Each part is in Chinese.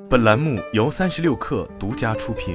本栏目由36氪独家出品。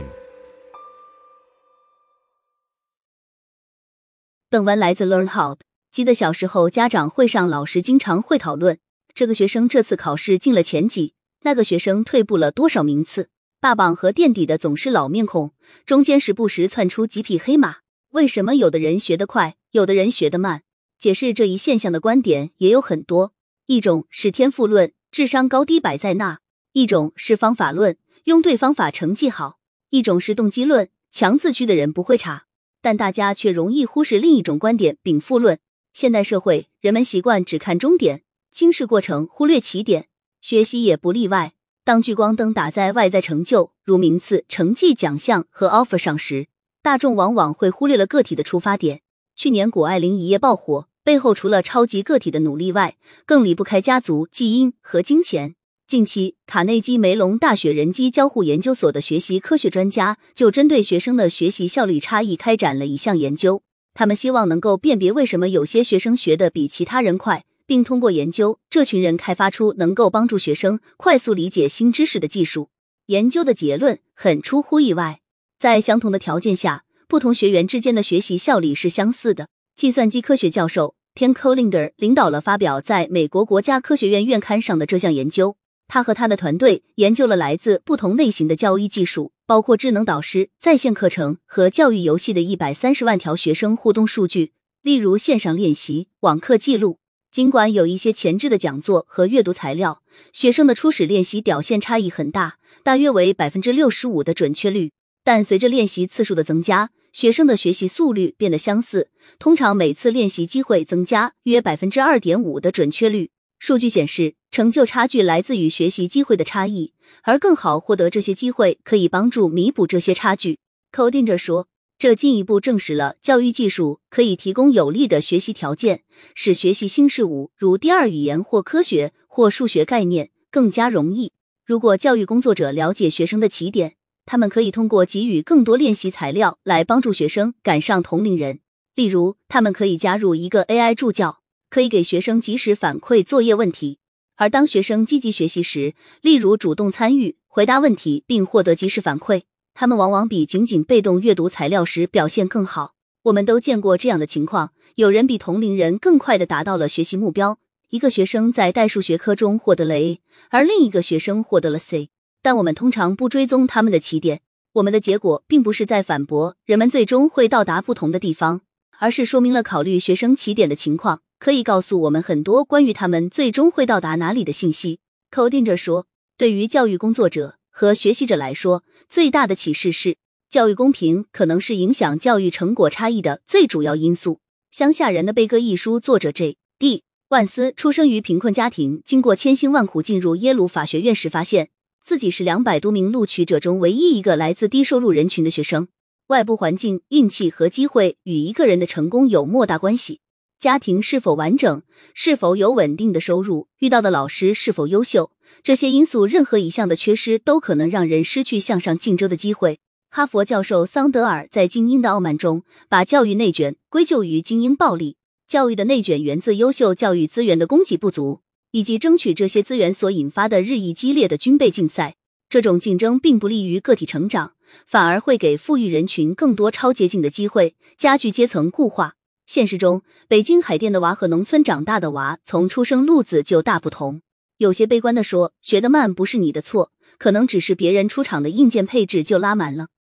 本文来自 LearnHub。 记得小时候家长会上老师经常会讨论，这个学生这次考试进了前几，那个学生退步了多少名次。霸榜和垫底的总是老面孔，中间时不时窜出几匹黑马。为什么有的人学得快，有的人学得慢？解释这一现象的观点也有很多，一种是天赋论，智商高低摆在那；一种是方法论，用对方法成绩好；一种是动机论，强自驱的人不会差。但大家却容易忽视另一种观点，禀赋论。现代社会，人们习惯只看终点，轻视过程，忽略起点，学习也不例外。当聚光灯打在外在成就，如名次、成绩、奖项和 offer 上时，大众往往会忽略了个体的出发点。去年谷爱凌一夜爆火，背后除了超级个体的努力外，更离不开家族、基因和金钱。近期，卡内基梅隆大学人机交互研究所的学习科学专家就针对学生的学习效率差异开展了一项研究。他们希望能够辨别为什么有些学生学得比其他人快，并通过研究这群人开发出能够帮助学生快速理解新知识的技术。研究的结论很出乎意外，在相同的条件下，不同学员之间的学习效率是相似的。计算机科学教授 Tim Collinder 领导了发表在美国国家科学院院刊上的这项研究。他和他的团队研究了来自不同类型的教育技术，包括智能导师、在线课程和教育游戏的130万条学生互动数据，例如线上练习、网课记录。尽管有一些前置的讲座和阅读材料，学生的初始练习表现差异很大，大约为 65% 的准确率。但随着练习次数的增加，学生的学习速率变得相似，通常每次练习机会增加约 2.5% 的准确率。数据显示，成就差距来自于学习机会的差异，而更好获得这些机会可以帮助弥补这些差距。Collinder 说，这进一步证实了教育技术可以提供有利的学习条件，使学习新事物，如第二语言或科学或数学概念更加容易。如果教育工作者了解学生的起点，他们可以通过给予更多练习材料来帮助学生赶上同龄人。例如，他们可以加入一个 AI 助教，可以给学生及时反馈作业问题。而当学生积极学习时，例如主动参与、回答问题并获得及时反馈，他们往往比仅仅被动阅读材料时表现更好。我们都见过这样的情况，有人比同龄人更快地达到了学习目标，一个学生在代数学科中获得了 A， 而另一个学生获得了 C。但我们通常不追踪他们的起点，我们的结果并不是在反驳人们最终会到达不同的地方，而是说明了考虑学生起点的情况可以告诉我们很多关于他们最终会到达哪里的信息。Collinder 说，对于教育工作者和学习者来说，最大的启示是，教育公平可能是影响教育成果差异的最主要因素。乡下人的悲歌一书作者 J.D. 万斯出生于贫困家庭，经过千辛万苦进入耶鲁法学院时，发现自己是200多名录取者中唯一一个来自低收入人群的学生。外部环境、运气和机会与一个人的成功有莫大关系。家庭是否完整，是否有稳定的收入，遇到的老师是否优秀，这些因素任何一项的缺失都可能让人失去向上竞争的机会。哈佛教授桑德尔在《精英的傲慢》中把教育内卷归咎于精英暴力。教育的内卷源自优秀教育资源的供给不足，以及争取这些资源所引发的日益激烈的军备竞赛。这种竞争并不利于个体成长，反而会给富裕人群更多超捷径的机会，加剧阶层固化。现实中，北京海淀的娃和农村长大的娃从出生路子就大不同。有些悲观地说，学得慢不是你的错，可能只是别人出厂的硬件配置就拉满了。